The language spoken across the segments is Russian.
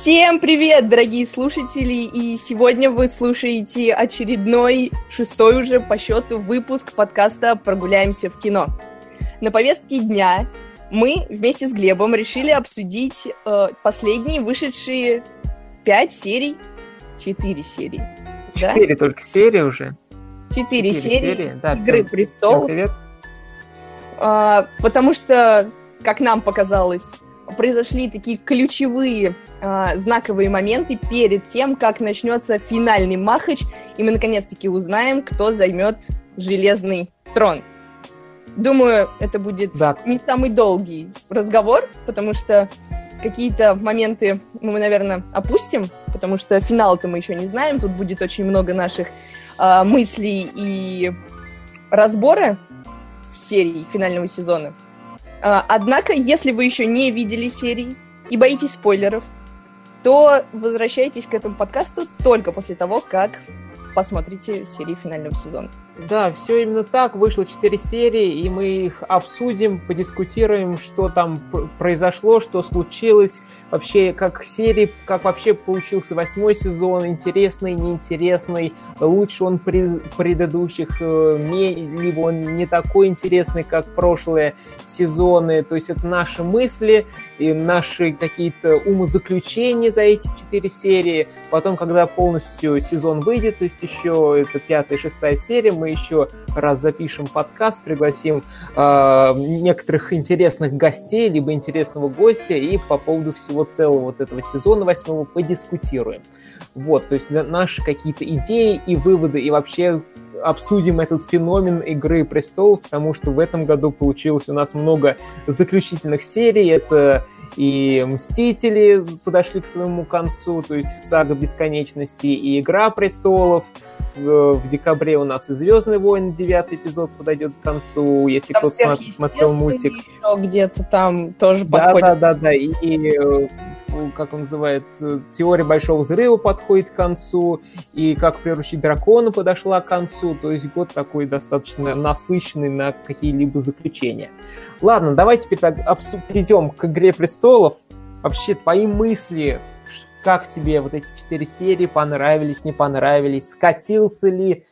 Всем привет, дорогие слушатели! И сегодня вы слушаете очередной, 6-й уже по счету выпуск подкаста «Прогуляемся в кино». На повестке дня мы вместе с Глебом решили обсудить последние вышедшие 5 серий, 4 серии. 4 да? Только серии уже. 4 серии да, «Игры престолов». Привет. Потому что, как нам показалось, произошли такие ключевые знаковые моменты перед тем, как начнется финальный махач, и мы наконец-таки узнаем, кто займет железный трон. Думаю, это будет не самый долгий разговор, потому что какие-то моменты мы, наверное, опустим, потому что финал-то мы еще не знаем, тут будет очень много наших мыслей и разбора серий финального сезона. Однако, если вы еще не видели серии и боитесь спойлеров, то возвращайтесь к этому подкасту только после того, как посмотрите серии финального сезона. Да, все именно так. Вышло 4 серии, и мы их обсудим, подискутируем, что там произошло, что случилось, вообще как серии, как вообще получился 8-й сезон, интересный, неинтересный, лучше он предыдущих, либо он не такой интересный, как прошлые сезоны. То есть это наши мысли и наши какие-то умозаключения за эти 4 серии. Потом, когда полностью сезон выйдет, то есть еще это 5-я и 6-я серия, мы еще раз запишем подкаст, пригласим некоторых интересных гостей, либо интересного гостя, и по поводу всего целого вот этого сезона 8-го подискутируем. Вот, то есть наши какие-то идеи и выводы, и вообще обсудим этот феномен «Игры престолов», потому что в этом году получилось у нас много заключительных серий. Это и «Мстители» подошли к своему концу, то есть «Сага бесконечности», и «Игра престолов». В декабре у нас и «Звездные войны», 9-й эпизод подойдет к концу, если там кто-то смотрел мультик. Еще где-то там тоже подходит. Да. И как он называется, «Теория большого взрыва» подходит к концу, и «Как приручить дракона» подошла к концу. То есть год такой достаточно насыщенный на какие-либо заключения. Ладно, давай теперь так перейдем к «Игре престолов». Вообще, твои мысли, как тебе вот эти 4 серии, понравились, не понравились, скатился ли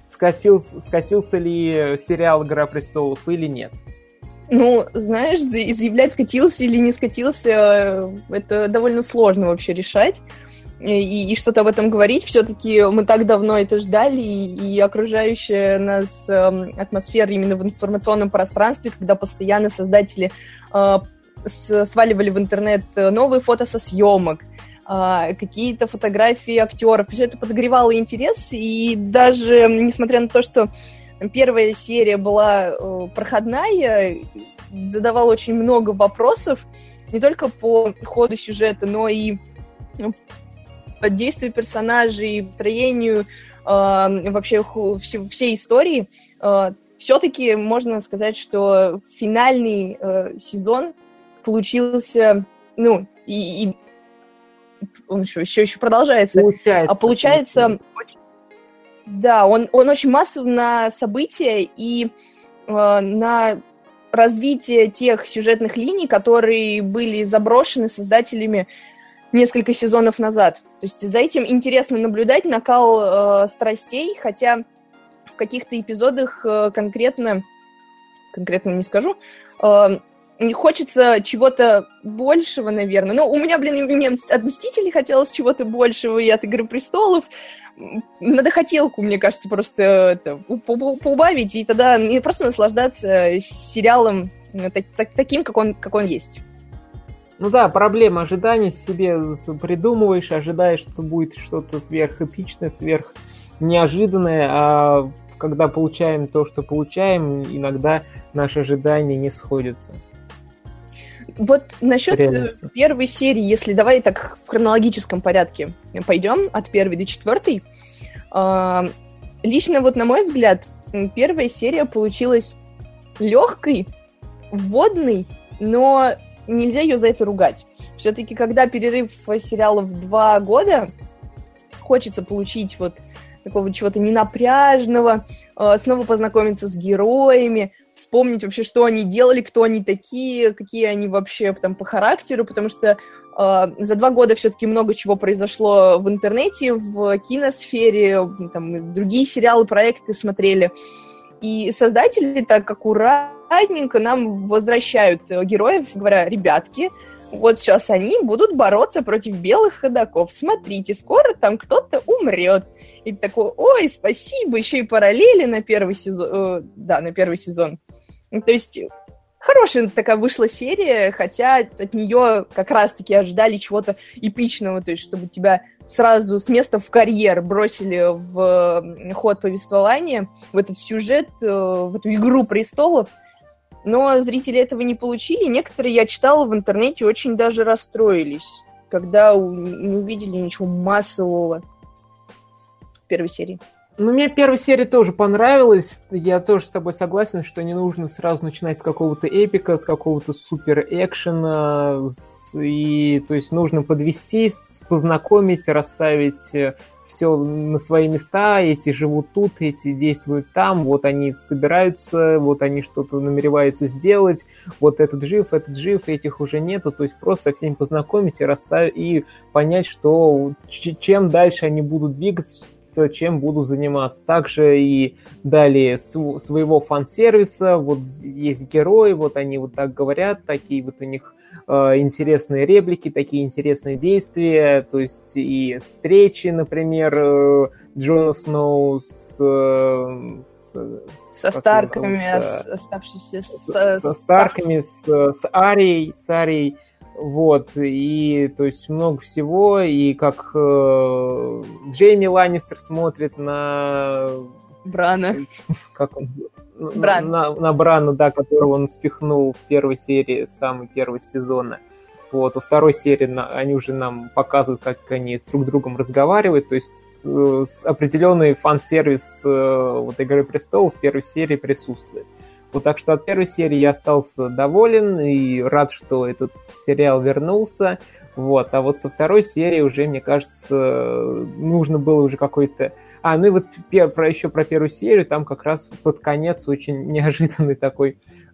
сериал «Игра престолов» или нет? Ну, знаешь, изъявлять, скатился или не скатился, это довольно сложно вообще решать. И что-то об этом говорить. Все-таки мы так давно это ждали, и окружающая нас атмосфера именно в информационном пространстве, когда постоянно создатели сваливали в интернет новые фото со съемок, какие-то фотографии актеров. Все это подогревало интерес, и даже несмотря на то, что первая серия была проходная, задавала очень много вопросов, не только по ходу сюжета, но и по действию персонажей, строению вообще всей истории. Все-таки можно сказать, что финальный сезон получился, ну, и он еще продолжается. Получается да, он очень массов на события и на развитие тех сюжетных линий, которые были заброшены создателями несколько сезонов назад. То есть за этим интересно наблюдать, накал страстей, хотя в каких-то эпизодах конкретно не скажу, хочется чего-то большего, наверное. Ну, у меня, от «Мстителей» хотелось чего-то большего, и от «Игры престолов». Надо хотелку, мне кажется, просто поубавить, и тогда просто наслаждаться сериалом таким, как он есть. Ну да, проблема ожиданий, себе придумываешь, ожидаешь, что будет что-то сверхэпичное, сверхнеожиданное, а когда получаем то, что получаем, иногда наши ожидания не сходятся. Вот насчет первой серии, если давай так в хронологическом порядке пойдем от 1 до 4. Лично вот на мой взгляд, первая серия получилась легкой, вводной, но нельзя ее за это ругать. Все-таки, когда перерыв сериалов 2 года, хочется получить вот такого чего-то ненапряжного, снова познакомиться с героями, вспомнить вообще, что они делали, кто они такие, какие они вообще там по характеру, потому что За 2 года все-таки много чего произошло в интернете, в киносфере, там другие сериалы, проекты смотрели. И создатели так аккуратненько нам возвращают героев, говоря: ребятки, вот сейчас они будут бороться против белых ходоков. Смотрите, скоро там кто-то умрет. И такой: ой, спасибо, еще и параллели на первый сезон. На первый сезон. То есть хорошая такая вышла серия, хотя от нее как раз-таки ожидали чего-то эпичного, то есть чтобы тебя сразу с места в карьер бросили в ход повествования, в этот сюжет, в эту «Игру престолов». Но зрители этого не получили. Некоторые, я читала в интернете, очень даже расстроились, когда не увидели ничего массового в первой серии. Ну, мне первая серия тоже понравилась. Я тоже с тобой согласен, что не нужно сразу начинать с какого-то эпика, с какого-то супер-экшена. И, то есть, нужно подвести, познакомить, расставить все на свои места. Эти живут тут, эти действуют там. Вот они собираются, вот они что-то намереваются сделать. Вот этот жив, этих уже нету. То есть, просто со всеми познакомить и расставить, и понять, что, чем дальше они будут двигаться, чем буду заниматься. Также и дали своего фан-сервиса. Вот есть герои, вот они вот так говорят, такие вот у них интересные реплики, такие интересные действия. То есть и встречи, например, Джона Сноу со Старками, оставшиеся со Старками, с Арией. Вот, и, то есть, много всего, и как Джейми Ланнистер смотрит на... Брана. Как он? Бран. На Брана, да, которого он спихнул в первой серии, самой первого сезона. Вот, во второй серии они уже нам показывают, как они с друг другом разговаривают, то есть, определенный фан-сервис вот «Игры престолов» в первой серии присутствует. Вот, так что от первой серии я остался доволен и рад, что этот сериал вернулся. Вот, а вот со второй серии уже, мне кажется, нужно было уже какой-то... ну и вот еще про первую серию, там как раз под конец очень неожиданный такой,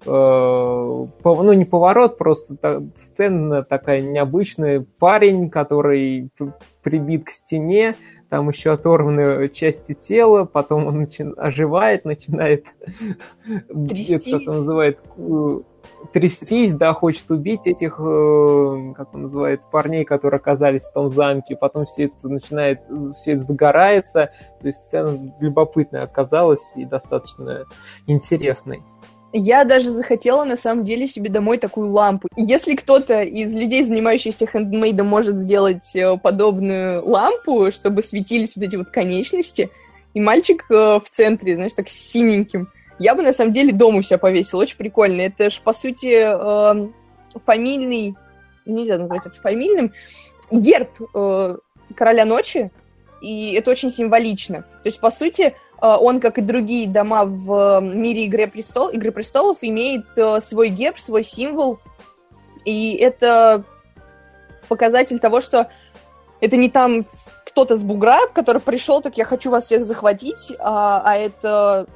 не поворот, просто сцена такая необычная. Парень, который прибит к стене, там еще оторваны части тела, потом он оживает, начинает трястись. Как он называет, трястись, да, хочет убить этих, как он называет, парней, которые оказались в том замке, потом все это загорается, то есть сцена любопытная оказалась и достаточно интересной. Я даже захотела, на самом деле, себе домой такую лампу. Если кто-то из людей, занимающихся хендмейдом, может сделать подобную лампу, чтобы светились вот эти вот конечности, и мальчик в центре, знаешь, так синеньким, я бы, на самом деле, дома у себя повесила. Очень прикольно. Это ж, по сути, фамильный, нельзя назвать это фамильным, герб Короля Ночи, и это очень символично. То есть, по сути, он, как и другие дома в мире Игры престолов, имеет свой герб, свой символ. И это показатель того, что это не там кто-то с бугра, который пришел, так я хочу вас всех захватить, а это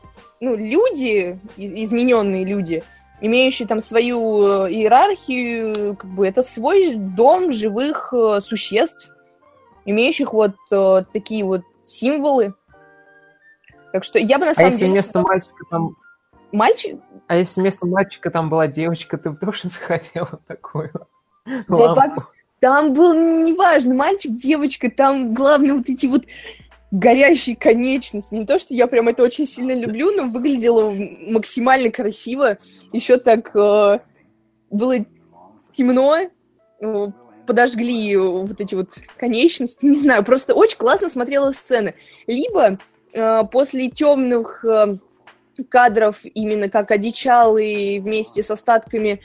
люди, измененные люди, имеющие там свою иерархию, как бы это свой дом живых существ, имеющих вот такие вот символы. Так что я бы на самом деле... А если вместо мальчика там... Мальчик? А если вместо мальчика там была девочка, ты бы тоже захотела такую лампу? Там был, неважно, мальчик, девочка, там главное вот эти вот горящие конечности. Не то, что я прям это очень сильно люблю, но выглядело максимально красиво. Еще так было темно, подожгли вот эти вот конечности. Не знаю, просто очень классно смотрела сцена. Либо после темных кадров, именно как одичалые вместе с остатками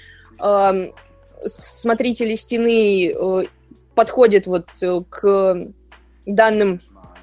смотрители стены подходят вот к данной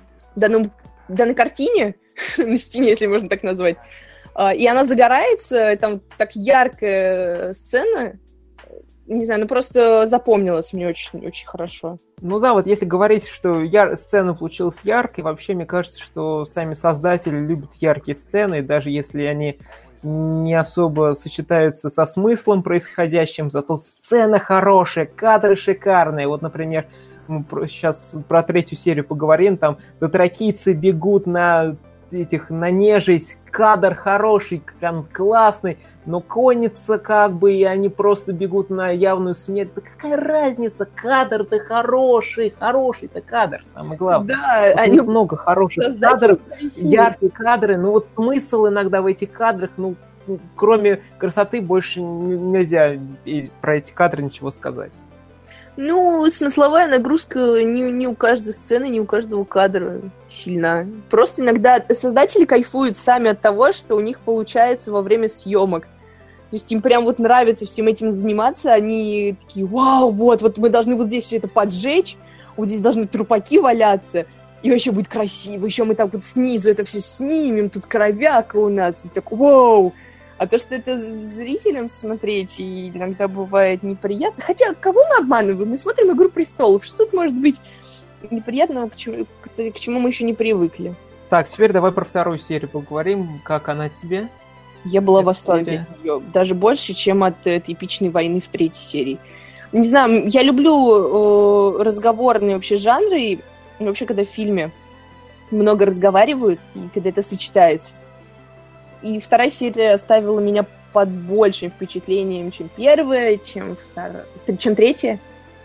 картине на стене, если можно так назвать, и она загорается, там так яркая сцена, не знаю, просто запомнилась мне очень хорошо. Ну да, вот если говорить, что сцена получилась яркой, вообще мне кажется, что сами создатели любят яркие сцены, и даже если они не особо сочетаются со смыслом происходящим, зато сцена хорошая, кадры шикарные. Вот, например, мы сейчас про 3-ю серию поговорим, там дотракийцы бегут на нежить, кадр хороший, прям классный, но конница как бы, и они просто бегут на явную смерть. Да какая разница, кадр-то хороший-то кадр, самое главное. Да, вот они много хороших кадров, яркие кадры, но вот смысл иногда в этих кадрах, кроме красоты больше нельзя про эти кадры ничего сказать. Смысловая нагрузка не у каждой сцены, не у каждого кадра сильна. Просто иногда создатели кайфуют сами от того, что у них получается во время съемок. То есть им прям вот нравится всем этим заниматься, они такие, вау, вот мы должны вот здесь все это поджечь, вот здесь должны трупаки валяться, и вообще будет красиво, еще мы так вот снизу это все снимем, тут кровяка у нас, и так, вау! А то, что это зрителям смотреть, и иногда бывает неприятно. Хотя, кого мы обманываем? Мы смотрим «Игру престолов». Что тут может быть неприятного, к чему мы еще не привыкли? Так, теперь давай про 2-ю серию поговорим. Как она тебе? Я была в восторге от нее. Даже больше, чем от этой эпичной войны в 3-й серии. Не знаю, я люблю разговорные вообще жанры. И вообще, когда в фильме много разговаривают, и когда это сочетается. И 2-я серия оставила меня под большим впечатлением, чем 1-я, чем 3-я.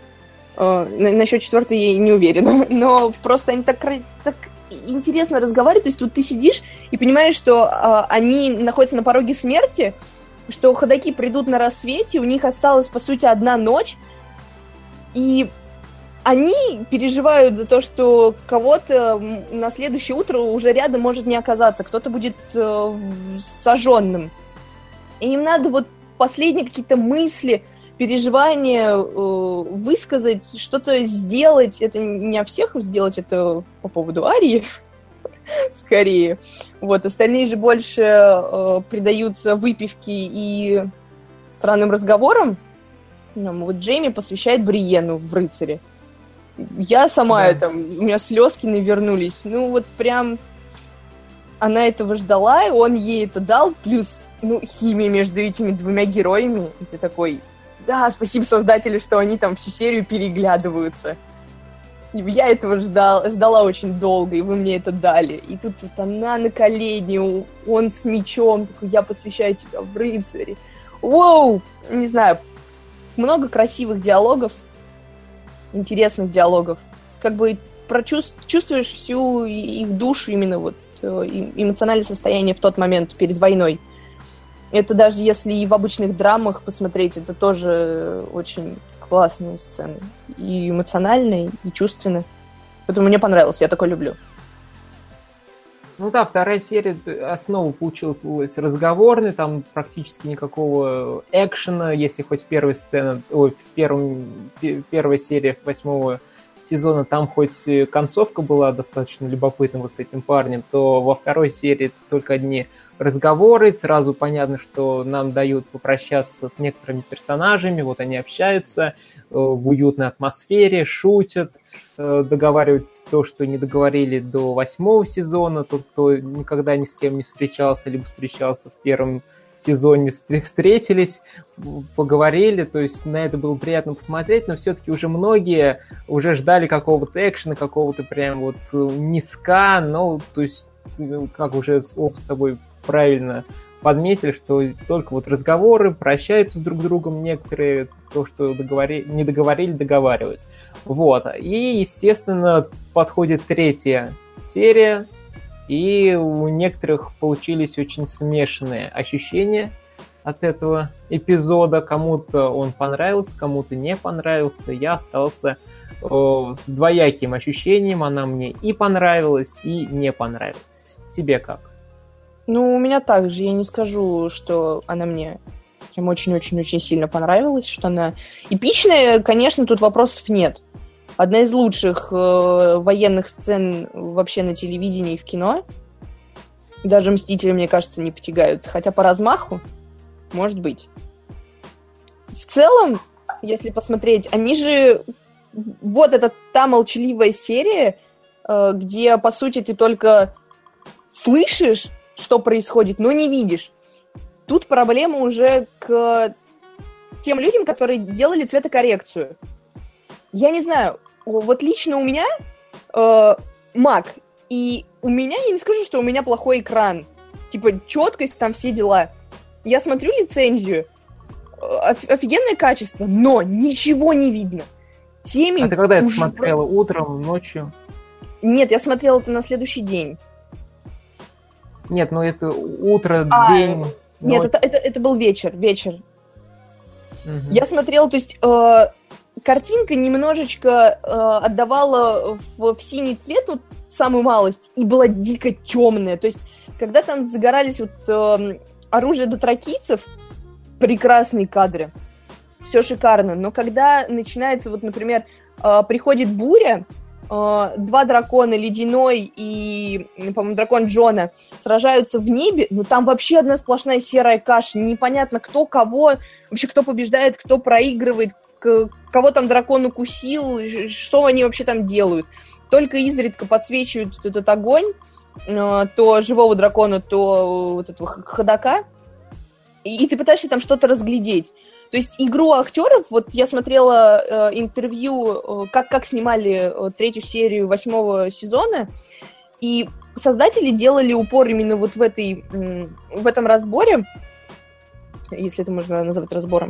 Насчет 4-й я не уверена. Но просто они так интересно разговаривают. То есть тут ты сидишь и понимаешь, что они находятся на пороге смерти, что ходаки придут на рассвете, у них осталась, по сути, 1 ночь. И они переживают за то, что кого-то на следующее утро уже рядом может не оказаться, кто-то будет сожженным. И им надо вот последние какие-то мысли, переживания высказать, что-то сделать. Это не о всех сделать, это по поводу Арии, скорее. Вот, остальные же больше предаются выпивке и странным разговорам. Вот Джейми посвящает Бриенну в рыцаре. Я сама, у меня слезки навернулись. Вот прям она этого ждала, и он ей это дал, плюс, химия между этими 2 героями. И ты такой, да, спасибо создателю, что они там всю серию переглядываются. Я этого ждала очень долго, и вы мне это дали. И тут она на колени, он с мечом, такой, я посвящаю тебя в рыцаре. Воу! Не знаю, много красивых диалогов, интересных диалогов. Как бы чувствуешь всю их душу, именно вот эмоциональное состояние в тот момент перед войной. Это даже если и в обычных драмах посмотреть, это тоже очень классные сцены. И эмоциональные, и чувственные. Поэтому мне понравилось, я такое люблю. Да, 2-я серия основа получилась разговорной, там практически никакого экшена, если хоть первая серия 8-го сезона, там хоть концовка была достаточно любопытна вот с этим парнем, то во 2-й серии только одни разговоры, сразу понятно, что нам дают попрощаться с некоторыми персонажами, вот они общаются в уютной атмосфере, шутят, договаривают то, что не договорили до 8-го сезона, тот, кто никогда ни с кем не встречался, либо встречался в 1-м сезоне, встретились, поговорили, то есть на это было приятно посмотреть, но все-таки уже многие уже ждали какого-то экшена, какого-то прям вот низка, то есть, как уже с тобой правильно подметили, что только вот разговоры, прощаются друг с другом некоторые, то, что не договорили, договаривают. Вот. И, естественно, подходит 3-я серия, и у некоторых получились очень смешанные ощущения от этого эпизода. Кому-то он понравился, кому-то не понравился. Я остался с двояким ощущением. Она мне и понравилась, и не понравилась. Тебе как? У меня так же. Я не скажу, что она мне прям очень-очень-очень сильно понравилась, что она эпичная. Конечно, тут вопросов нет. Одна из лучших военных сцен вообще на телевидении и в кино. Даже «Мстители», мне кажется, не потягаются. Хотя по размаху, может быть. В целом, если посмотреть, они же... Вот это та молчаливая серия, где, по сути, ты только слышишь, что происходит, но не видишь. Тут проблема уже к тем людям, которые делали цветокоррекцию. Я не знаю, вот лично у меня Mac, и у меня, я не скажу, что у меня плохой экран. Типа, четкость, там все дела. Я смотрю лицензию, офигенное качество, но ничего не видно. Темень. А ты когда это смотрела? Утром, ночью? Нет, я смотрела это на следующий день. Нет, ну это утро, день... Нет, это был вечер. Угу. Я смотрела, то есть картинка немножечко отдавала в синий цвет, вот самую малость, и была дико темная. То есть, когда там загорались вот оружие дотракийцев, прекрасные кадры, все шикарно. Но когда начинается, вот, например, приходит буря, два дракона, ледяной и, по-моему, дракон Джона, сражаются в небе, но там вообще одна сплошная серая каша. Непонятно, кто кого, вообще кто побеждает, кто проигрывает, кого там дракон укусил, что они вообще там делают. Только изредка подсвечивают этот огонь, то живого дракона, то вот этого ходока, и ты пытаешься там что-то разглядеть. То есть игру актеров, вот я смотрела интервью, как снимали третью серию 8 сезона, и создатели делали упор именно вот в этом разборе, если это можно назвать разбором,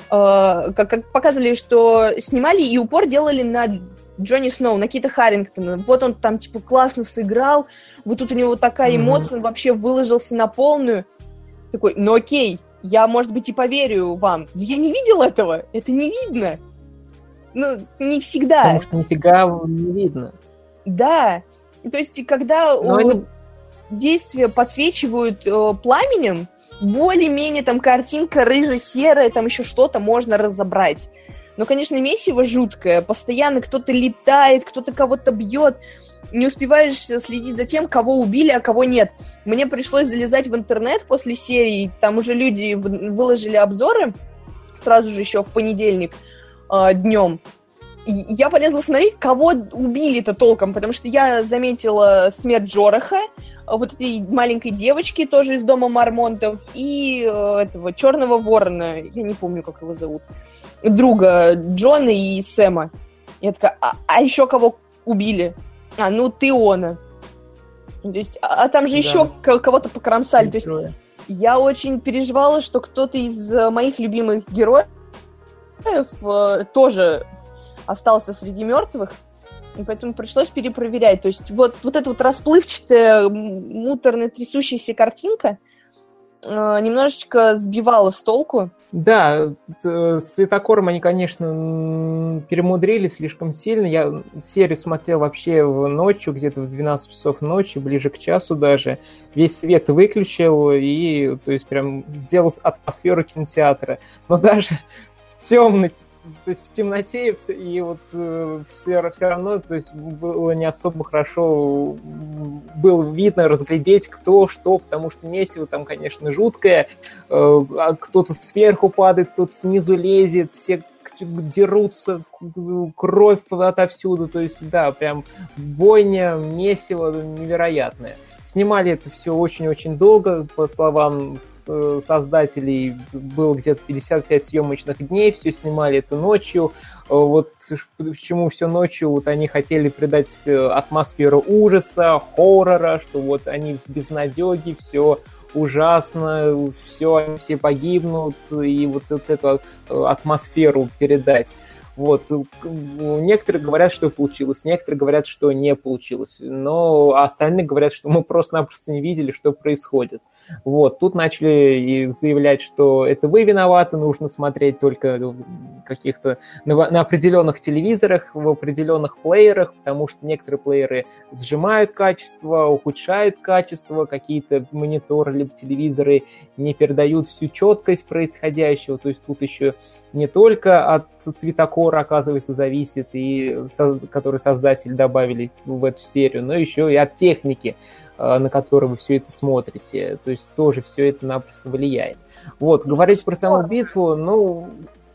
как показывали, что снимали и упор делали на Джонни Сноу, на Кита Харингтона. Вот он там типа классно сыграл, вот тут у него такая эмоция, он вообще выложился на полную. Такой, ну окей, я, может быть, и поверю вам, но я не видел этого, это не видно. Ну, не всегда. Потому что нифига не видно. Да, то есть, когда действия подсвечивают пламенем, более-менее там картинка рыже-серая, там еще что-то можно разобрать. Но, конечно, месиво жуткое, постоянно кто-то летает, кто-то кого-то бьет, не успеваешь следить за тем, кого убили, а кого нет. Мне пришлось залезать в интернет после серии, там уже люди выложили обзоры, сразу же еще в понедельник днем. И я полезла смотреть, кого убили-то толком, потому что я заметила смерть Джораха, вот этой маленькой девочки тоже из дома Мормонтов, и этого черного ворона, я не помню, как его зовут, друга Джона и Сэма. Я такая, а еще кого убили? Ну, Теона. То есть, там же еще кого-то покромсали. То есть, я очень переживала, что кто-то из моих любимых героев тоже остался среди мертвых, и поэтому пришлось перепроверять. То есть, вот эта вот расплывчатая, муторная, трясущаяся картинка немножечко сбивала с толку. Да, с цветокором они, конечно, перемудрили слишком сильно. Я серию смотрел вообще ночью, где-то в 12 часов ночи, ближе к часу даже. Весь свет выключил и, то есть, прям сделал атмосферу кинотеатра. Но даже темно, то есть в темноте и вот все равно, то есть было не особо хорошо, было видно разглядеть кто что, потому что месиво там, конечно, жуткое, кто-то сверху падает, кто-то снизу лезет, все дерутся, кровь отовсюду, то есть да, прям бойня, месиво невероятное. Снимали это все очень-очень долго, по словам создателей, было где-то 55 съемочных дней, все снимали это ночью. Вот почему все ночью, вот они хотели придать атмосферу ужаса, хоррора, что вот они в безнадеге, все ужасно, все погибнут, и вот эту атмосферу передать. Вот. Некоторые говорят, что получилось, некоторые говорят, что не получилось, но остальные говорят, что мы просто-напросто не видели, что происходит. Вот. Тут начали и заявлять, что это вы виноваты, нужно смотреть только каких-то на определенных телевизорах, в определенных плеерах, потому что некоторые плееры сжимают качество, ухудшают качество, какие-то мониторы либо телевизоры не передают всю четкость происходящего, то есть тут еще не только от цветокора, оказывается, зависит, и который создатели добавили в эту серию, но еще и от техники, на которой вы все это смотрите. То есть тоже все это напросто влияет. Вот, говорить про саму битву,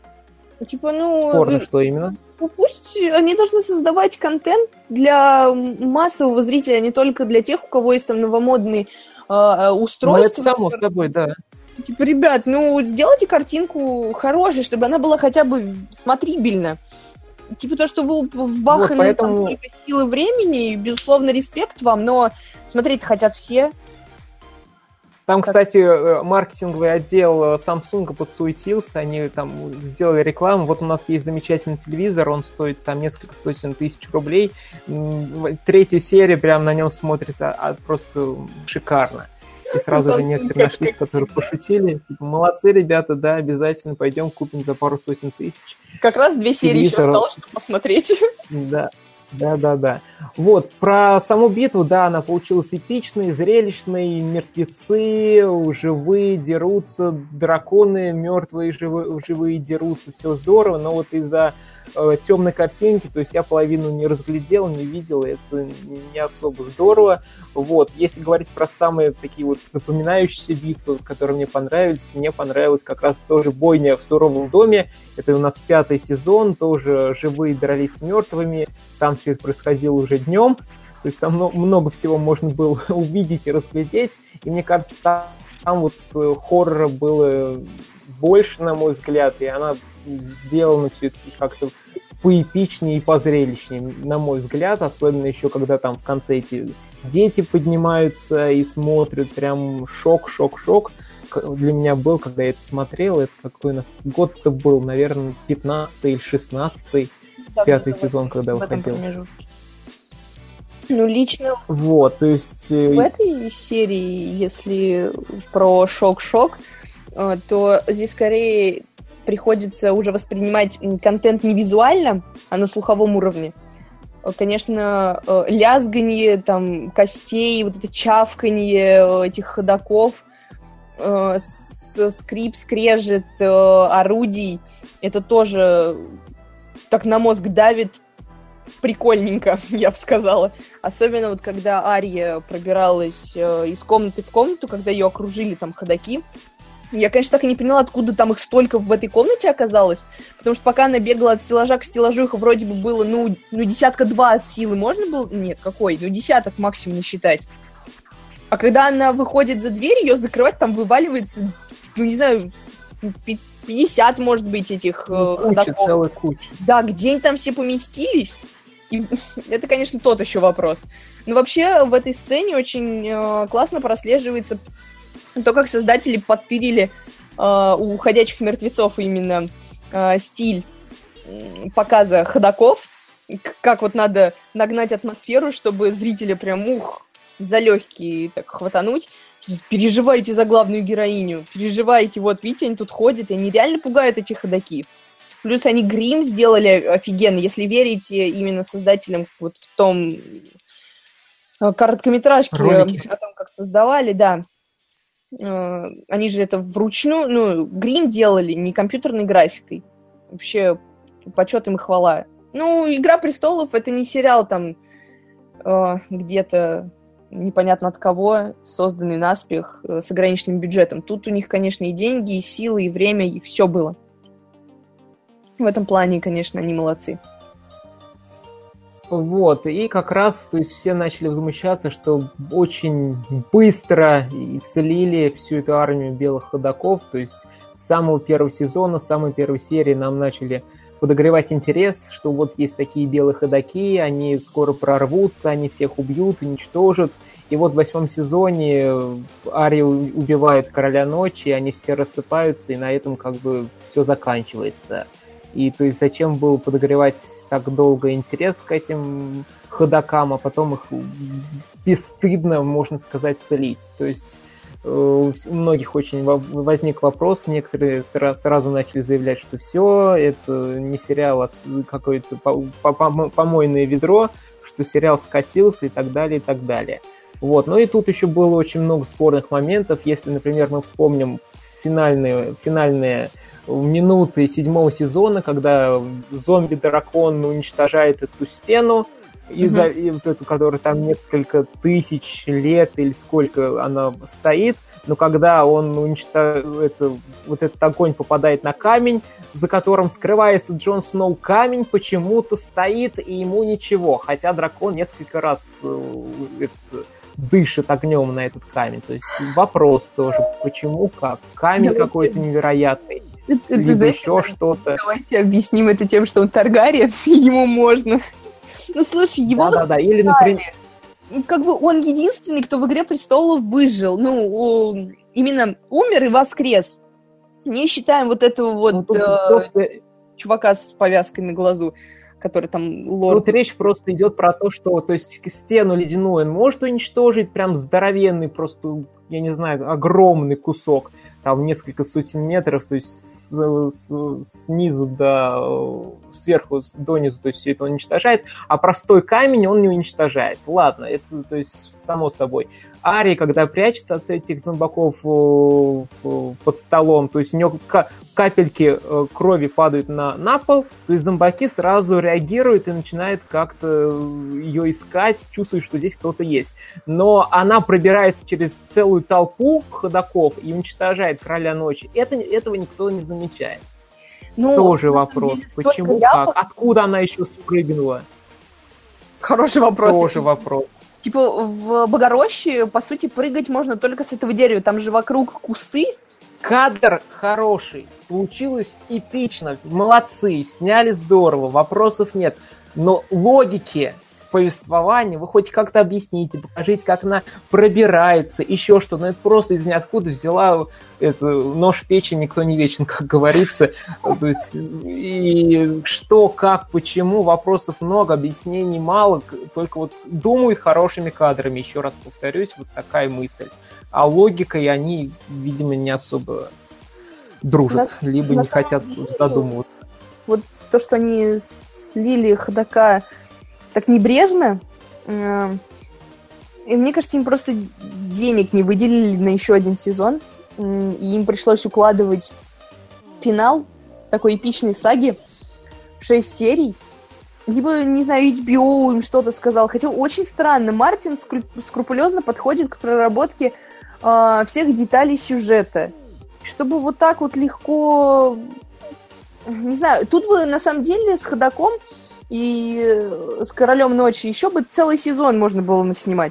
спорно, что именно? Пусть они должны создавать контент для массового зрителя, а не только для тех, у кого есть там новомодные устройства. Ну, это само собой, да. Типа, ребят, ну, сделайте картинку хорошей, чтобы она была хотя бы смотрибельна. Типа то, что вы вбахали Вот, поэтому... там силы времени, безусловно, респект вам, но смотреть хотят все. Там, кстати, маркетинговый отдел Samsung подсуетился, они там сделали рекламу. Вот у нас есть замечательный телевизор, он стоит там несколько сотен тысяч рублей. 3-я серия, прям на нем смотрится просто шикарно. И сразу же некоторые нашлись, которые пошутили. Молодцы, ребята, да, обязательно пойдем купим за пару сотен тысяч. Как раз 2 серии еще осталось, чтобы посмотреть. Да. Да. Вот, про саму битву, да, она получилась эпичной, зрелищной, мертвецы живые дерутся, драконы мертвые живые дерутся, все здорово, но вот из-за темной картинки, то есть я половину не разглядел, не видел, это не особо здорово. Вот, если говорить про самые такие вот запоминающиеся битвы, которые мне понравилась как раз тоже бойня в суровом доме, это у нас 5-й сезон, тоже живые дрались с мертвыми, там все это происходило уже днем, то есть там много всего можно было увидеть и разглядеть, и мне кажется, там вот хоррора было больше, на мой взгляд, и она сделана все это как-то поэпичнее и позрелищнее, на мой взгляд, особенно еще когда там в конце эти дети поднимаются и смотрят, прям шок для меня был, когда я это смотрел, это какой у нас год-то был, наверное, 15-й или 16-й, да, 5-й сезон, когда выходил. Ну, лично... Вот, то есть... В этой серии, если про шок-шок, то здесь скорее приходится уже воспринимать контент не визуально, а на слуховом уровне. Конечно, лязганье там, костей, вот это чавканье этих ходоков, скрип, скрежет орудий, это тоже так на мозг давит прикольненько, я бы сказала. Особенно вот когда Ария пробиралась из комнаты в комнату, когда ее окружили там ходаки. Я, конечно, так и не поняла, откуда там их столько в этой комнате оказалось, потому что пока она бегала от стеллажа к стеллажу, их вроде бы было, ну 10-2 от силы можно было? Нет, какой? 10 максимум насчитать. А когда она выходит за дверь, ее закрывать, там вываливается, ну, не знаю, 50, может быть, этих ходоков. Целая куча. Да, где они там все поместились? И это, конечно, тот еще вопрос. Но вообще в этой сцене очень классно прослеживается то, как создатели подтырили у «Ходячих мертвецов» именно стиль показа ходоков, как вот надо нагнать атмосферу, чтобы зрителя прям за легкие так хватануть. Переживайте за главную героиню, переживайте, вот, видите, они тут ходят, и они реально пугают эти ходоки. Плюс они грим сделали офигенно, если верите именно создателям вот в том короткометражке, о том, как создавали, да. Они же это вручную, ну, грим делали, не компьютерной графикой. Вообще, почет им и хвала. Ну, «Игра престолов» — это не сериал там где-то непонятно от кого, созданный наспех, с ограниченным бюджетом. Тут у них, конечно, и деньги, и силы, и время, и все было. В этом плане, конечно, они молодцы. Вот, и как раз, то есть все начали возмущаться, что очень быстро слили всю эту армию белых ходоков, то есть с самого первого сезона, с самой первой серии нам начали подогревать интерес, что вот есть такие белые ходаки, они скоро прорвутся, они всех убьют, уничтожат. И вот в 8-м сезоне Ария убивает Короля Ночи, они все рассыпаются, и на этом как бы все заканчивается. И то есть зачем было подогревать так долго интерес к этим ходокам, а потом их бесстыдно, можно сказать, слить. То есть у многих очень возник вопрос, некоторые сразу начали заявлять, что все, это не сериал, а какое-то помойное ведро, что сериал скатился и так далее, и так далее. Вот. Ну и тут еще было очень много спорных моментов. Если, например, мы вспомним финальные минуты 7-го сезона, когда зомби-дракон уничтожает эту стену, и вот эту, которая там несколько тысяч лет или сколько она стоит, но когда он вот этот огонь попадает на камень, за которым скрывается Джон Сноу, камень почему-то стоит, и ему ничего, хотя дракон несколько раз дышит огнем на этот камень. То есть вопрос тоже, почему, как? Камень какой-то невероятный, либо еще что-то. Давайте объясним это тем, что он Таргариен, ему можно. Ну, слушай, его... Да, или, например... Как бы он единственный, кто в «Игре престолов» выжил. Ну, именно умер и воскрес. Не считаем вот этого вот чувака с повязкой на глазу, который там лорд... Тут речь просто идет про то, что, то есть, стену ледяную он может уничтожить, прям здоровенный, просто, я не знаю, огромный кусок, там несколько сотен метров, то есть снизу сверху донизу, то есть все это он уничтожает, а простой камень он не уничтожает. Ладно, это, то есть, само собой. Ария, когда прячется от этих зомбаков под столом, то есть у нее капельки крови падают на пол, то есть зомбаки сразу реагируют и начинают как-то ее искать, чувствуют, что здесь кто-то есть. Но она пробирается через целую толпу ходоков и уничтожает Короля Ночи. Этого никто не замечает. Ну, тоже вопрос. Почему, как? Откуда она еще спрыгнула? Хороший вопрос. Тоже вопрос. Типа в Богороще, по сути, прыгать можно только с этого дерева. Там же вокруг кусты. Кадр хороший. Получилось эпично. Молодцы. Сняли здорово. Вопросов нет. Но логики повествования вы хоть как-то объясните, покажите, как она пробирается, еще что. Но это просто из ниоткуда взяла нож в печень, никто не вечен, как говорится. То есть, и что, как, почему, вопросов много, объяснений мало, только вот думают хорошими кадрами, еще раз повторюсь, вот такая мысль. А логикой они, видимо, не особо дружат, либо не хотят задумываться. Вот то, что они слили ходока так небрежно, и мне кажется, им просто денег не выделили на еще один сезон, и им пришлось укладывать финал такой эпичной саги в 6 серий. Либо, не знаю, HBO им что-то сказал. Хотя очень странно, Мартин скрупулезно подходит к проработке всех деталей сюжета. Чтобы вот так вот легко... Не знаю, тут бы на самом деле с ходоком и с Королем Ночи еще бы целый сезон можно было наснимать.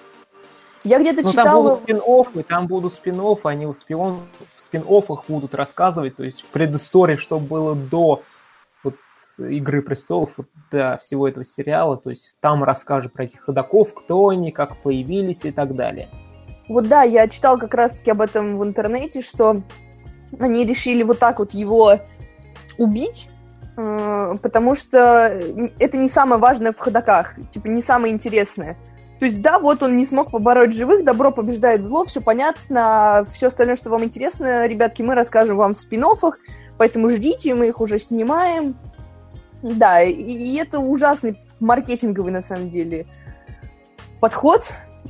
Я где-то читала... Там будут спин-оффы, они в спин-оффах будут рассказывать, то есть предыстория, что было до вот «Игры престолов», вот, до всего этого сериала, то есть там расскажут про этих ходоков, кто они, как появились и так далее. Вот да, я читала как раз-таки об этом в интернете, что они решили вот так вот его убить, потому что это не самое важное в ходоках, типа не самое интересное. То есть да, вот он не смог побороть живых, добро побеждает зло, все понятно, все остальное, что вам интересно, ребятки, мы расскажем вам в спин-оффах, поэтому ждите, мы их уже снимаем. Да, и это ужасный маркетинговый, на самом деле, подход.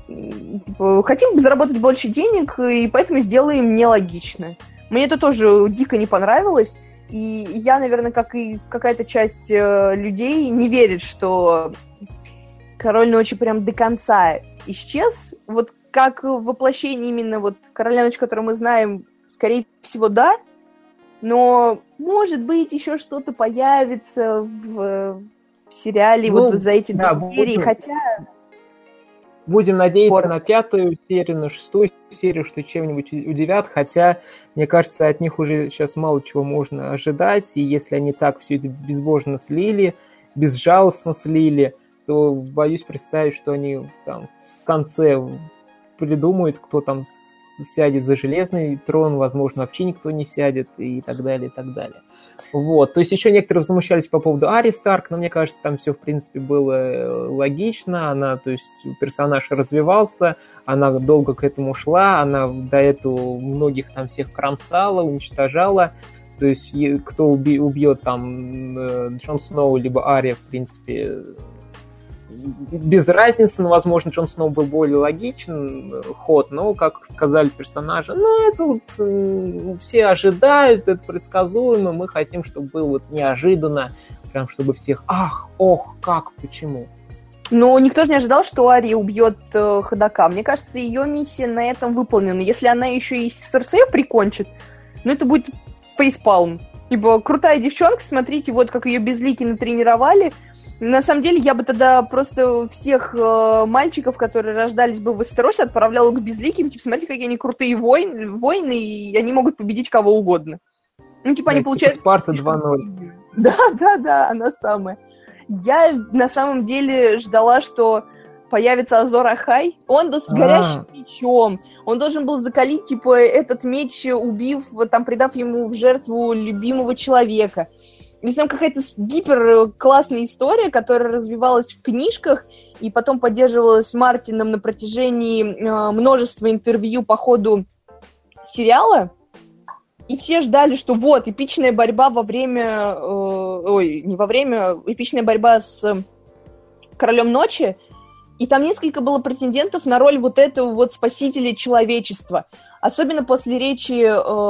Хотим заработать больше денег, и поэтому сделаем нелогично. Мне это тоже дико не понравилось. И я, наверное, как и какая-то часть людей, не верит, что Король Ночи прям до конца исчез. Вот как воплощение именно вот Короля Ночи, который мы знаем, скорее всего, да. Но, может быть, еще что-то появится в сериале вот за эти 2 серии. Хотя... Будем надеяться на 5-ю серию, на 6-ю серию, что чем-нибудь удивят, хотя, мне кажется, от них уже сейчас мало чего можно ожидать, и если они так все это безбожно слили, безжалостно слили, то боюсь представить, что они там в конце придумают, кто там сядет за железный трон, возможно, вообще никто не сядет, и так далее, и так далее. Вот, то есть еще некоторые возмущались по поводу Арии Старк, но мне кажется, там все, в принципе, было логично, она, то есть, персонаж развивался, она долго к этому шла, она до этого многих там всех кромсала, уничтожала, то есть, кто убьет там Джон Сноу, либо Ария, в принципе, без разницы, но, возможно, Джон Сноу был более логичен ход, но, как сказали персонажи, это вот все ожидают, это предсказуемо, мы хотим, чтобы было вот неожиданно, прям чтобы всех ах, ох, как, почему. Но никто же не ожидал, что Ария убьет ходока. Мне кажется, ее миссия на этом выполнена. Если она еще и Серсею прикончит, ну это будет фейспалм. Ибо крутая девчонка, смотрите, вот как ее безлики натренировали. На самом деле, я бы тогда просто всех мальчиков, которые рождались бы в Вестеросе, отправляла к безликим. Типа, смотрите, какие они крутые воины, и они могут победить кого угодно. Ну, типа, они получают... Спарта 2-0. Да, она самая. Я на самом деле ждала, что появится Азор Ахай. Он с горящим мечом. Он должен был закалить, типа, этот меч, убив, там, придав ему в жертву любимого человека. И там какая-то гипер-классная история, которая развивалась в книжках и потом поддерживалась Мартином на протяжении множества интервью по ходу сериала. И все ждали, что вот, эпичная борьба эпичная борьба с Королем Ночи. И там несколько было претендентов на роль вот этого вот спасителя человечества. Особенно после речи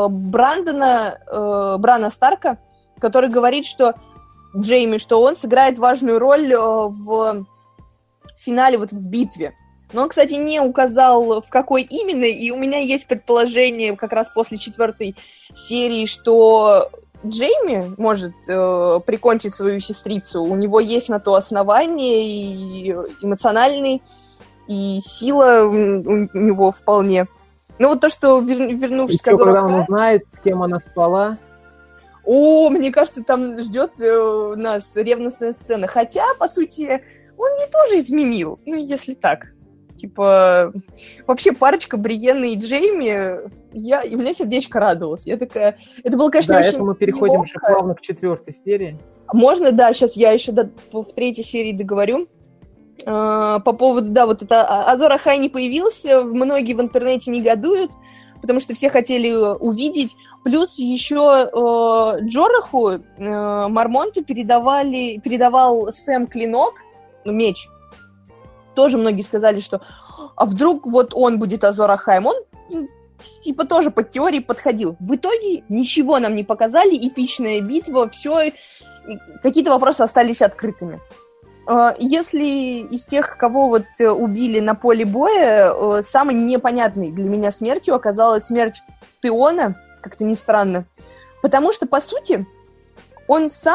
Брана Старка, который говорит, что Джейми, что он сыграет важную роль в финале, вот в битве. Но он, кстати, не указал, в какой именно, и у меня есть предположение как раз после 4 серии, что Джейми может прикончить свою сестрицу. У него есть на то основание, и эмоциональный, и сила у него вполне. Ну вот то, что вернувшись к Азору Ахай... когда он узнает, с кем она спала... О, мне кажется, там ждет нас ревностная сцена. Хотя, по сути, он мне тоже изменил. Ну, если так. Типа, вообще парочка Бриенны и Джейми, и у меня сердечко радовалось. Я такая... Это было, конечно, очень это мы переходим уже плавно к 4 серии. Можно, да, сейчас я еще в 3 серии договорю. По поводу, да, вот это Азор Ахай не появился, многие в интернете негодуют, потому что все хотели увидеть. Плюс еще Джораху, Мармонту передавал Сэм клинок, меч. Тоже многие сказали, что а вдруг вот он будет Азор Ахаем. Он типа тоже под теорией подходил. В итоге ничего нам не показали, эпичная битва, все, какие-то вопросы остались открытыми. Если из тех, кого вот убили на поле боя, самой непонятной для меня смертью оказалась смерть Теона, как-то не странно, потому что, по сути, он сам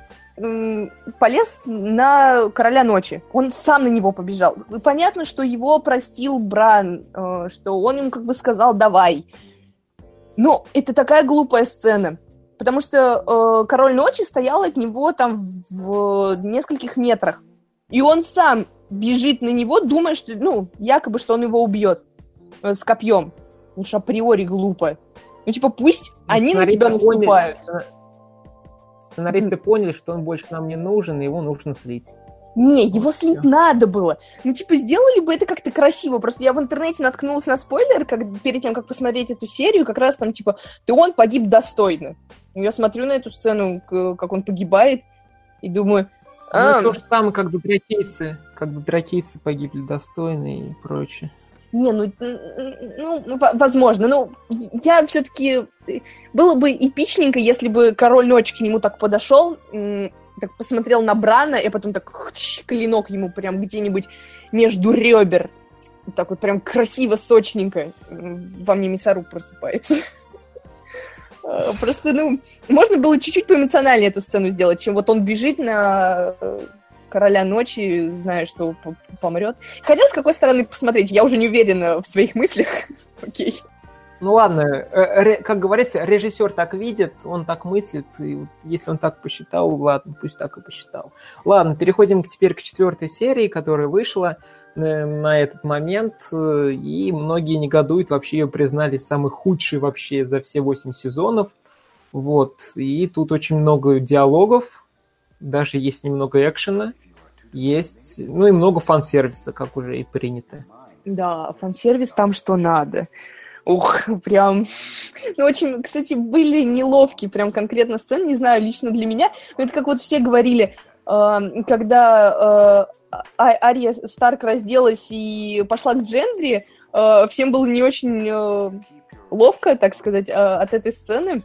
полез на Короля Ночи. Он сам на него побежал. Понятно, что его простил Бран, что он ему как бы сказал «давай». Но это такая глупая сцена. Потому что Король Ночи стоял от него там в нескольких метрах. И он сам бежит на него, думая, что, якобы, что он его убьет с копьем. Ну что априори глупо. Ну типа пусть они на тебя наступают. Сценаристы поняли, что он больше нам не нужен, и его нужно слить. Не, его слить надо было. Ну, типа, сделали бы это как-то красиво. Просто я в интернете наткнулась на спойлер, перед тем, как посмотреть эту серию, как раз там, типа, Теон погиб достойно. Я смотрю на эту сцену, как он погибает, и думаю... то же самое, как додракейцы. Как додракейцы погибли достойно и прочее. Не, возможно. Но я все-таки... Было бы эпичненько, если бы Король Ночи к нему так подошел, так посмотрел на Брана, и потом так клинок ему прям где-нибудь между ребер. Так вот прям красиво, сочненько. Во мне мясоруб просыпается. Просто, можно было чуть-чуть поэмоциональнее эту сцену сделать, чем вот он бежит на Короля Ночи, зная, что помрет. Хотя, с какой стороны посмотреть, я уже не уверена в своих мыслях. Окей. Ну ладно, как говорится, режиссер так видит, он так мыслит, и вот если он так посчитал, ладно, пусть так и посчитал. Ладно, переходим теперь к 4 серии, которая вышла на этот момент, и многие негодуют, вообще ее признали самой худшей вообще за все 8 сезонов. Вот, и тут очень много диалогов, даже есть немного экшена, есть, и много фан-сервиса, как уже и принято. Да, фан-сервис там что надо. Ух, прям... очень, кстати, были неловкие прям конкретно сцены, не знаю, лично для меня, но это как вот все говорили, когда Ария Старк разделась и пошла к Джендри, всем было не очень ловко, так сказать, от этой сцены.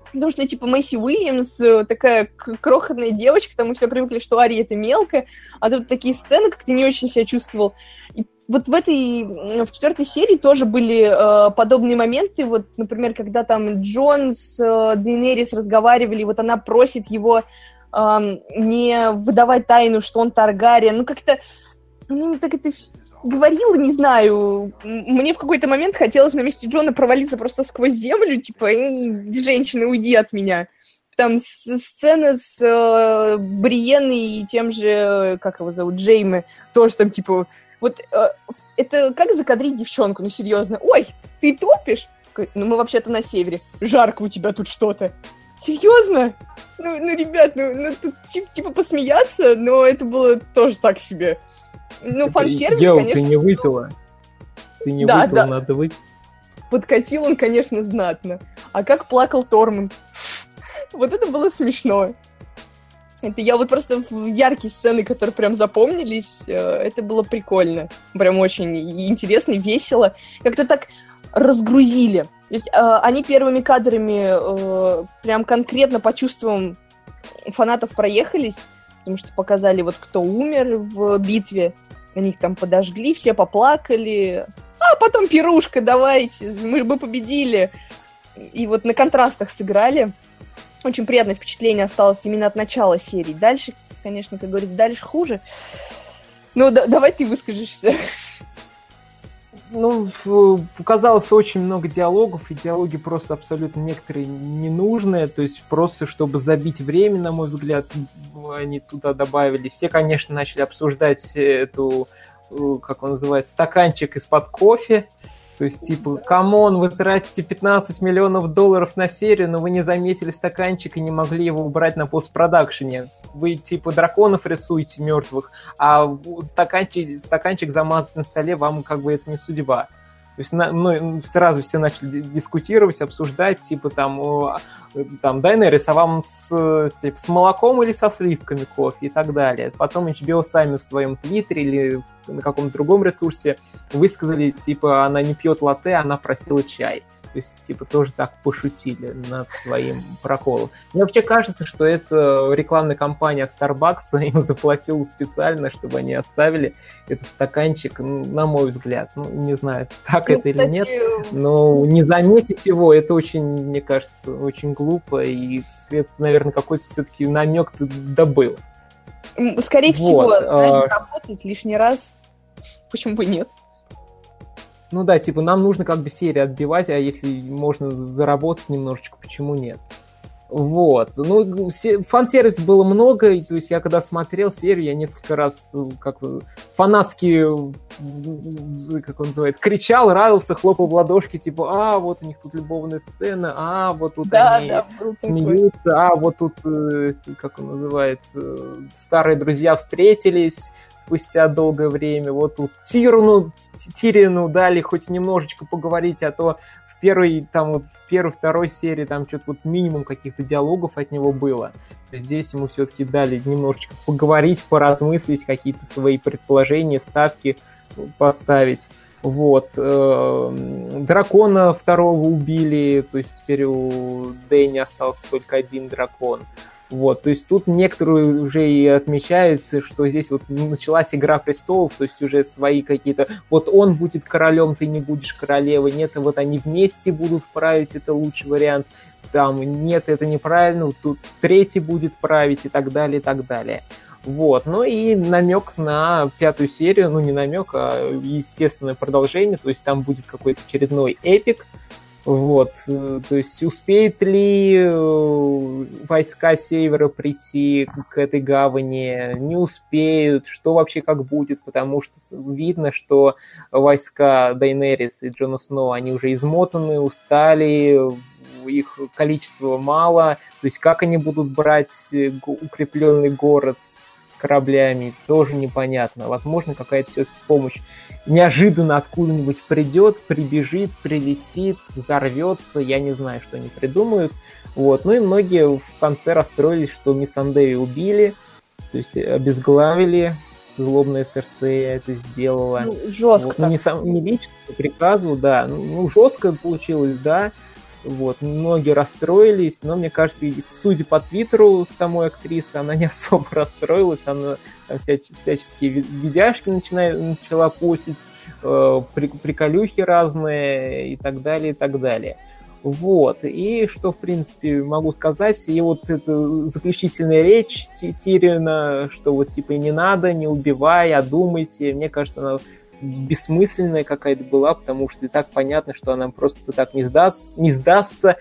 Потому что, типа, Мэйси Уильямс такая крохотная девочка, там мы все привыкли, что Ария это мелкая, а тут такие сцены, как ты не очень себя чувствовал. И вот в 4-й серии тоже были подобные моменты, вот, например, когда там Джон с Дейенерис разговаривали, вот она просит его не выдавать тайну, что он Таргариен, ну как-то, ну так это говорила, не знаю, мне в какой-то момент хотелось на месте Джона провалиться просто сквозь землю, типа, женщина, уйди от меня. Там сцена с Бриенной и тем же, как его зовут, Джейми, тоже там, типа, вот это как закадрить девчонку, ну серьезно. Ой, ты топишь? Ну мы вообще-то на севере, жарко у тебя тут что-то. Серьезно? Ну ребят, ну тут типа посмеяться, но это было тоже так себе. Ну, фан-сервис, конечно. Ты не выпила. Ты не выпила, да. Надо выпить. Подкатил он, конечно, знатно. А как плакал Тормунд. Вот это было смешно. Это я вот просто в яркие сцены, которые прям запомнились, это было прикольно. Прям очень интересно, весело. Как-то так разгрузили. То есть они первыми кадрами прям конкретно по чувствам фанатов проехались, потому что показали, вот кто умер в битве, они их там подожгли, все поплакали, а потом пирушка, давайте, мы победили. И вот на контрастах сыграли. Очень приятное впечатление осталось именно от начала серии. Дальше, конечно, как говорится, дальше хуже. Ну, давай ты выскажешься. Ну, показалось очень много диалогов, и диалоги просто абсолютно некоторые ненужные, то есть просто чтобы забить время, на мой взгляд, они туда добавили. Все, конечно, начали обсуждать эту, как он называется, стаканчик из-под кофе. То есть, типа, камон, вы тратите $15 миллионов на серию, но вы не заметили стаканчик и не могли его убрать на постпродакшене. Вы, типа, драконов рисуете мертвых, а стаканчик замазать на столе, вам как бы это не судьба. То есть, ну, сразу все начали дискутировать, обсуждать, типа, там Дейенерис, а вам с молоком или со сливками кофе и так далее. Потом HBO сами в своем твиттере или на каком-то другом ресурсе высказали, типа, она не пьет латте, она просила чай. То есть, типа, тоже так пошутили над своим проколом. Мне вообще кажется, что это рекламная кампания от Starbucks им заплатила специально, чтобы они оставили этот стаканчик, на мой взгляд. Ну, не знаю, так это или нет, но не заметить его, это очень, мне кажется, очень глупо, и это, наверное, какой-то все-таки намек добыл. Скорее всего, знаешь, работать лишний раз, почему бы нет? Ну да, типа, нам нужно как бы серию отбивать, а если можно заработать немножечко, почему нет? Вот. Ну, фан-сервиса было много, и, то есть я когда смотрел серию, я несколько раз как фанатски, как он называет, кричал, радовался, хлопал в ладошки, типа, вот у них тут любовная сцена, вот тут они смеются, такой. Вот тут, как он называет, старые друзья встретились спустя долгое время, вот тут Тирину дали хоть немножечко поговорить, а то в первой-второй серии там что-то вот минимум каких-то диалогов от него было. Здесь ему все-таки дали немножечко поговорить, поразмыслить, какие-то свои предположения, ставки поставить. Вот. Дракона второго убили, то есть теперь у Дэнни остался только один дракон. Вот, то есть тут некоторые уже и отмечают, что здесь вот началась игра престолов, то есть уже свои какие-то, вот он будет королем, ты не будешь королевой, нет, вот они вместе будут править, это лучший вариант, там, нет, это неправильно, тут третий будет править и так далее, и так далее. Вот, ну и намек на 5-ю серию, ну не намек, а естественное продолжение, то есть там будет какой-то очередной эпик. Вот, то есть успеют ли войска Севера прийти к этой гавани, не успеют, что вообще как будет, потому что видно, что войска Дейенерис и Джона Сноу, они уже измотаны, устали, их количество мало, то есть как они будут брать укрепленный город с кораблями, тоже непонятно, возможно, какая-то все-таки помощь неожиданно откуда-нибудь придет, прибежит, прилетит, взорвется, я не знаю, что они придумают. Вот. Ну и многие в конце расстроились, что Миссандеи убили, то есть обезглавили, злобная Серсея это сделала. Ну, жестко. Вот. Ну, не лично, по приказу, да. Ну, жестко получилось, да. Вот, многие расстроились, но мне кажется, судя по твиттеру самой актрисы, она не особо расстроилась, она там всяческие видяшки начала постить, приколюхи разные и так далее, и так далее. Вот, и что, в принципе, могу сказать, и вот эта заключительная речь Тириона, что вот типа не надо, не убивай, одумайся, мне кажется, она бессмысленная какая-то была, потому что и так понятно, что она просто так не сдастся,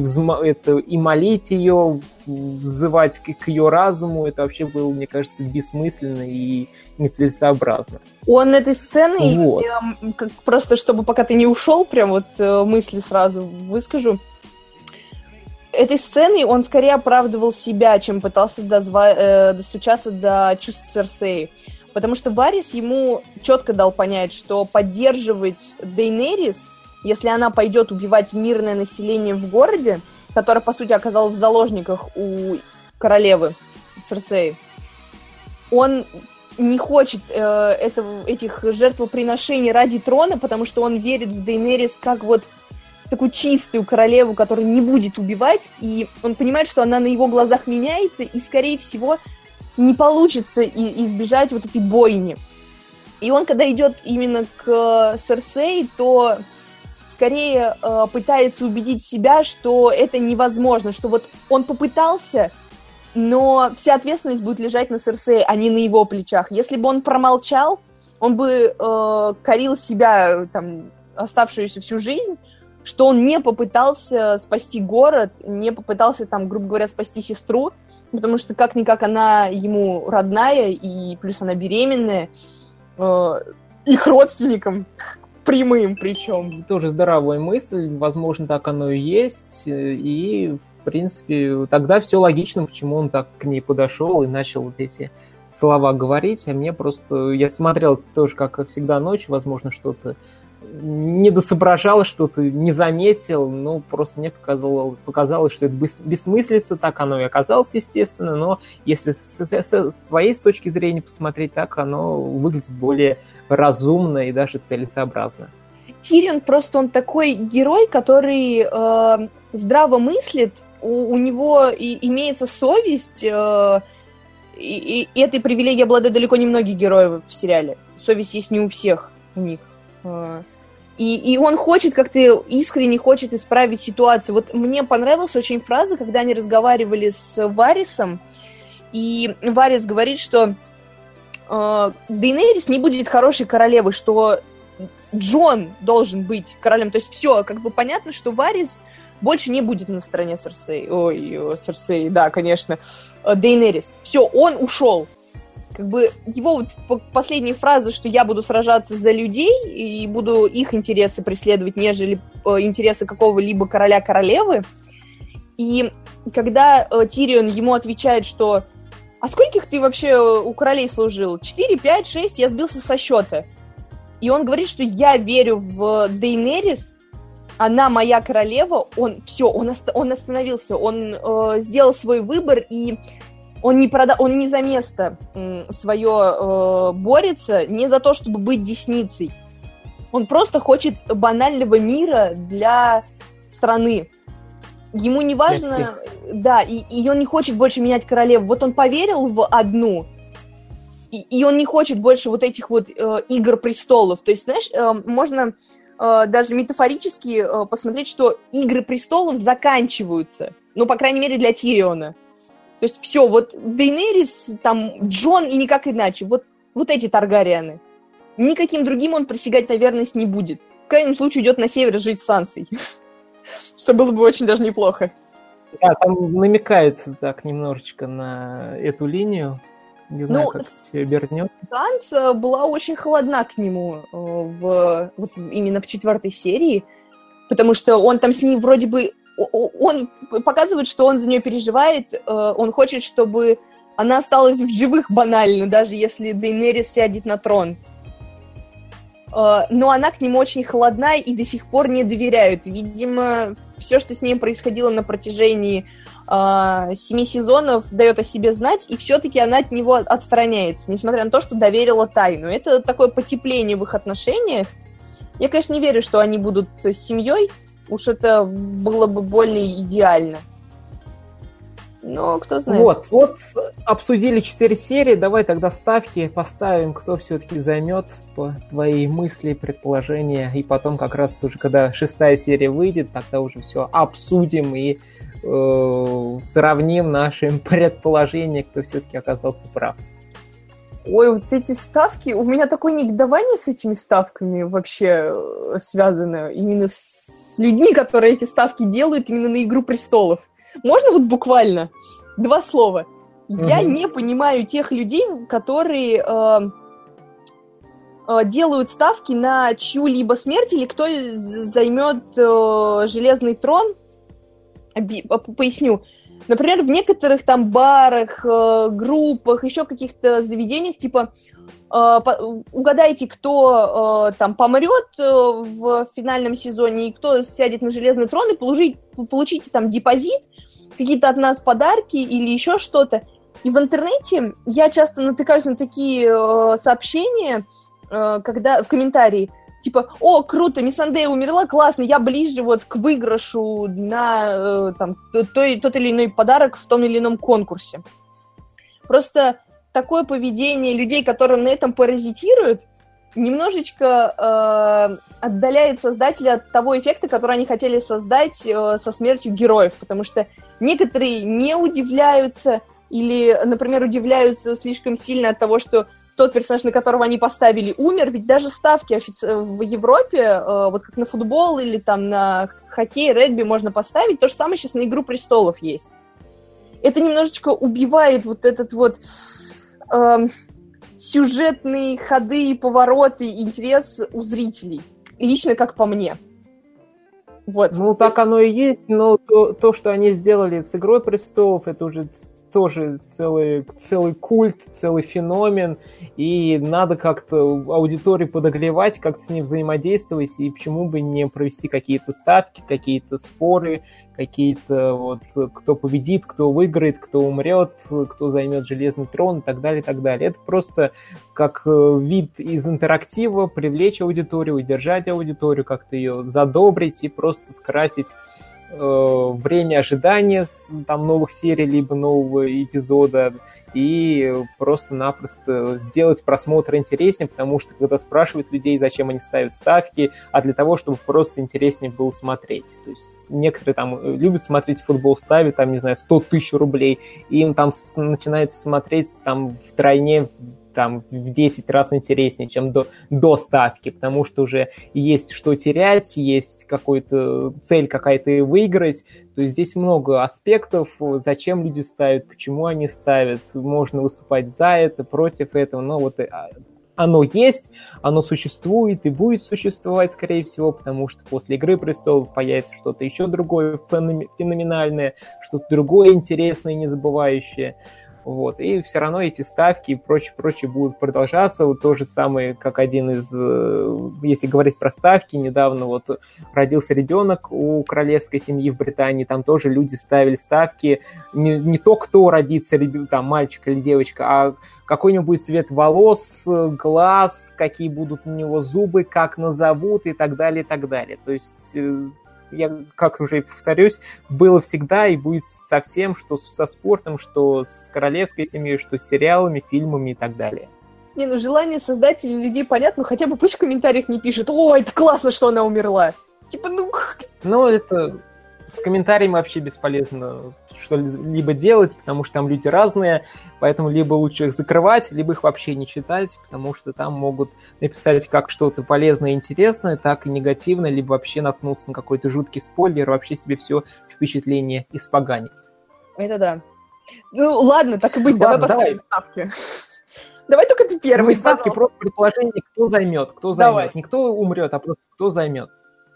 и молить ее, взывать к ее разуму, это вообще было, мне кажется, бессмысленно и нецелесообразно. Он этой сценой, вот. Просто чтобы пока ты не ушел, прям вот мысли сразу выскажу, этой сценой он скорее оправдывал себя, чем пытался достучаться до чувств Серсеи. Потому что Варис ему четко дал понять, что поддерживать Дейнерис, если она пойдет убивать мирное население в городе, которое, по сути, оказалось в заложниках у королевы Серсеи, он не хочет этих жертвоприношений ради трона, потому что он верит в Дейнерис как вот такую чистую королеву, которая не будет убивать, и он понимает, что она на его глазах меняется, и, скорее всего, не получится избежать вот этой бойни. И он, когда идет именно к Серсей, то скорее пытается убедить себя, что это невозможно, что вот он попытался, но вся ответственность будет лежать на Серсей, а не на его плечах. Если бы он промолчал, он бы корил себя там, оставшуюся всю жизнь, что он не попытался спасти город, не попытался, там, грубо говоря, спасти сестру, потому что как-никак она ему родная, и плюс она беременная, их родственникам, прямым причем. Тоже здоровая мысль, возможно, так оно и есть, и, в принципе, тогда все логично, почему он так к ней подошел и начал вот эти слова говорить, а мне просто... Я смотрел тоже, как всегда, ночью, возможно, что-то не досоображал, что-то не заметил, ну, просто мне показалось, что это бессмыслица, так оно и оказалось, естественно, но если с твоей точки зрения посмотреть, так оно выглядит более разумно и даже целесообразно. Тирион просто, он такой герой, который здраво мыслит, у него имеется совесть, и этой привилегией обладают далеко не многие герои в сериале. Совесть есть не у всех у них. И он хочет, как-то искренне хочет исправить ситуацию. Вот мне понравилась очень фраза, когда они разговаривали с Варисом, и Варис говорит, что Дейнерис не будет хорошей королевой, что Джон должен быть королем. То есть все, как бы понятно, что Варис больше не будет на стороне Серсеи. Ой, Серсеи, да, конечно. Дейнерис. Все, он ушел. Как бы его вот последняя фраза, что я буду сражаться за людей и буду их интересы преследовать, нежели интересы какого-либо короля-королевы. И когда Тирион ему отвечает, что «А скольких ты вообще у королей служил? 4, 5, 6? Я сбился со счета». И он говорит, что я верю в Дейнерис, она моя королева, он остановился, он сделал свой выбор, и он не за место свое борется, не за то, чтобы быть десницей. Он просто хочет банального мира для страны. Ему не важно... Да, и он не хочет больше менять королеву. Вот он поверил в одну, и он не хочет больше вот этих вот игр престолов. То есть, знаешь, можно даже метафорически посмотреть, что игры престолов заканчиваются. Ну, по крайней мере, для Тириона. То есть все, вот Дейнерис, там, Джон и никак иначе. Вот эти Таргариены. Никаким другим он присягать на верность не будет. В крайнем случае идет на север жить с Сансой. Что было бы очень даже неплохо. Да, там намекает так немножечко на эту линию. Не знаю, как все обернется. Санса была очень холодна к нему именно в 4-й серии, потому что он там с ней вроде бы... Он показывает, что он за нее переживает, он хочет, чтобы она осталась в живых банально, даже если Дейнерис сядет на трон. Но она к нему очень холодна и до сих пор не доверяет. Видимо, все, что с ним происходило на протяжении 7 сезонов, дает о себе знать, и все-таки она от него отстраняется, несмотря на то, что доверила тайну. Это такое потепление в их отношениях. Я, конечно, не верю, что они будут с семьей, Уж это было бы более идеально. Но кто знает. Вот обсудили 4 серии, давай тогда ставки поставим, кто все-таки займет по твоей мысли, предположения, и потом как раз уже, когда 6-я серия выйдет, тогда уже все обсудим и сравним наши предположения, кто все-таки оказался прав. Ой, вот эти ставки, у меня такое негодование с этими ставками вообще связано, именно с людьми, которые эти ставки делают именно на «Игру престолов». Можно вот буквально 2 слова? Я не понимаю тех людей, которые делают ставки на чью-либо смерть или кто займет железный трон. Поясню. Например, в некоторых там барах, группах, еще каких-то заведениях, типа, угадайте, кто там помрет в финальном сезоне и кто сядет на железный трон, и получите там депозит, какие-то от нас подарки или еще что-то. И в интернете я часто натыкаюсь на такие сообщения, когда в комментарии, типа, о, круто, Мissandei умерла, классно, я ближе вот к выигрышу на там, тот или иной подарок в том или ином конкурсе. Просто такое поведение людей, которым на этом паразитируют, немножечко отдаляет создателя от того эффекта, который они хотели создать со смертью героев, потому что некоторые не удивляются или, например, удивляются слишком сильно от того, что тот персонаж, на которого они поставили, умер, ведь даже ставки в Европе, вот как на футбол или там на хоккей, регби можно поставить, то же самое сейчас на «Игру престолов» есть. Это немножечко убивает вот этот вот сюжетные ходы и повороты, интерес у зрителей. Лично как по мне. Вот. Ну, так оно и есть, но то, что они сделали с «Игрой престолов», это уже тоже целый культ, целый феномен, и надо как-то аудиторию подогревать, как-то с ней взаимодействовать, и почему бы не провести какие-то ставки, какие-то споры, какие-то вот кто победит, кто выиграет, кто умрет, кто займет железный трон и так далее, и так далее. Это просто как вид из интерактива, привлечь аудиторию, удержать аудиторию, как-то ее задобрить и просто скрасить время ожидания там новых серий, либо нового эпизода, и просто-напросто сделать просмотр интереснее, потому что когда спрашивают людей, зачем они ставят ставки, а для того, чтобы просто интереснее было смотреть. То есть некоторые там любят смотреть футбол, ставят там, не знаю, 100 тысяч рублей, и им там начинается смотреть там втройне, там в 10 раз интереснее, чем до ставки, потому что уже есть что терять, есть какая-то цель какая-то выиграть. То есть здесь много аспектов, зачем люди ставят, почему они ставят, можно выступать за это, против этого, но вот оно есть, оно существует и будет существовать, скорее всего, потому что после «Игры престолов» появится что-то еще другое феноменальное, что-то другое интересное и незабывающее. Вот. И все равно эти ставки и прочее будут продолжаться. Вот то же самое, как один из, если говорить про ставки, недавно вот родился ребенок у королевской семьи в Британии, там тоже люди ставили ставки, не то, кто родится, там, мальчик или девочка, а какой-нибудь будет цвет волос, глаз, какие будут у него зубы, как назовут и так далее, и так далее. То есть я, как уже повторюсь, было всегда и будет со всем, что со спортом, что с королевской семьей, что с сериалами, фильмами и так далее. Не, ну желание создателей людей понятно, хотя бы пусть в комментариях не пишут: «Ой, это классно, что она умерла». Типа, Ну, это с комментариями вообще бесполезно что-либо делать, потому что там люди разные, поэтому либо лучше их закрывать, либо их вообще не читать, потому что там могут написать как что-то полезное и интересное, так и негативное, либо вообще наткнуться на какой-то жуткий спойлер, вообще себе все впечатление испоганить. Это да. Ну, ладно, так и быть, давай поставим ставки. Давай только ты первый. Ставки просто предположение, кто займет. Не кто умрет, а просто кто займет.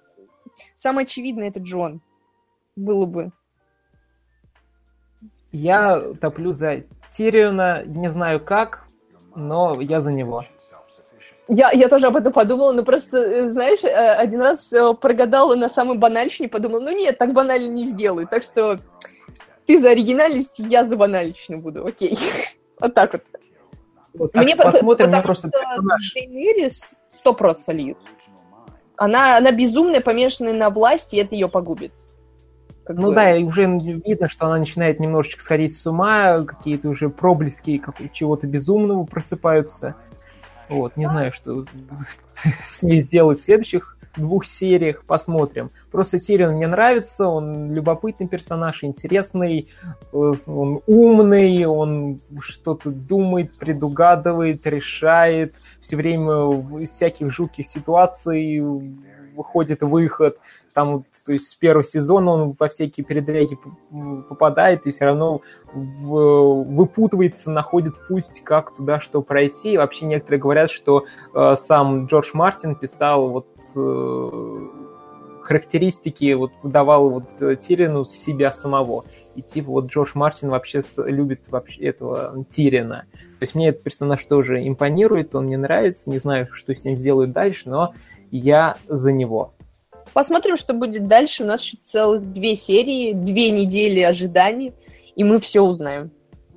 Самое очевидное — это Джон. Было бы. Я топлю за Тириона, не знаю как, но я за него. Я тоже об этом подумала, но просто, знаешь, один раз прогадала на самый банальщине, подумала, ну нет, так банально не сделаю. Так что ты за оригинальность, я за банальщину буду, окей. Вот так вот. Вот так посмотрим, мне просто персонаж. Дейнерис 100% сольют. Она безумная, помешанная на власти, и это ее погубит. Ну да, и уже видно, что она начинает немножечко сходить с ума, какие-то уже проблески чего-то безумного просыпаются. Вот, не знаю, что с ней сделать в следующих 2 сериях, посмотрим. Просто Тирион мне нравится, он любопытный персонаж, интересный, он умный, он что-то думает, предугадывает, решает, все время из всяких жутких ситуаций выходит выход. Там, то есть с первого сезона он во всякие передряги попадает и все равно выпутывается, находит путь, как туда что пройти. И вообще некоторые говорят, что сам Джордж Мартин писал вот характеристики, вот давал вот Тириону себя самого. И типа вот Джордж Мартин вообще любит вообще этого Тириона. То есть мне этот персонаж тоже импонирует, он мне нравится, не знаю, что с ним сделают дальше, но я за него. Посмотрим, что будет дальше. У нас еще целых 2 серии, 2 недели ожиданий, и мы все узнаем.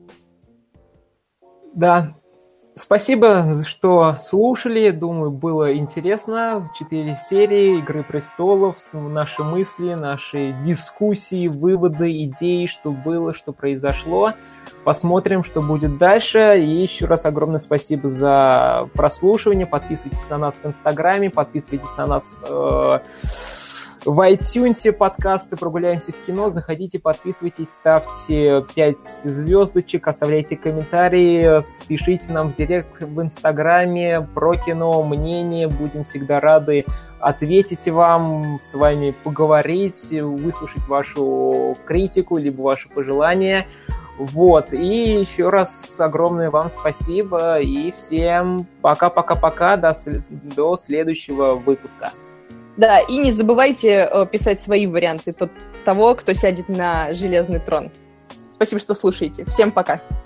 Да. Спасибо, что слушали. Думаю, было интересно. 4 серии «Игры престолов», наши мысли, наши дискуссии, выводы, идеи, что было, что произошло. Посмотрим, что будет дальше. И еще раз огромное спасибо за прослушивание. Подписывайтесь на нас в Инстаграме, подписывайтесь на нас в iTunes подкасты «Прогуляемся в кино». Заходите, подписывайтесь, ставьте 5 звездочек, оставляйте комментарии, пишите нам в директ в Инстаграме про кино, мнение. Будем всегда рады ответить вам, с вами поговорить, выслушать вашу критику, либо ваши пожелания. Вот, и еще раз огромное вам спасибо, и всем пока-пока-пока, до следующего выпуска. Да, и не забывайте писать свои варианты того, кто сядет на железный трон. Спасибо, что слушаете. Всем пока.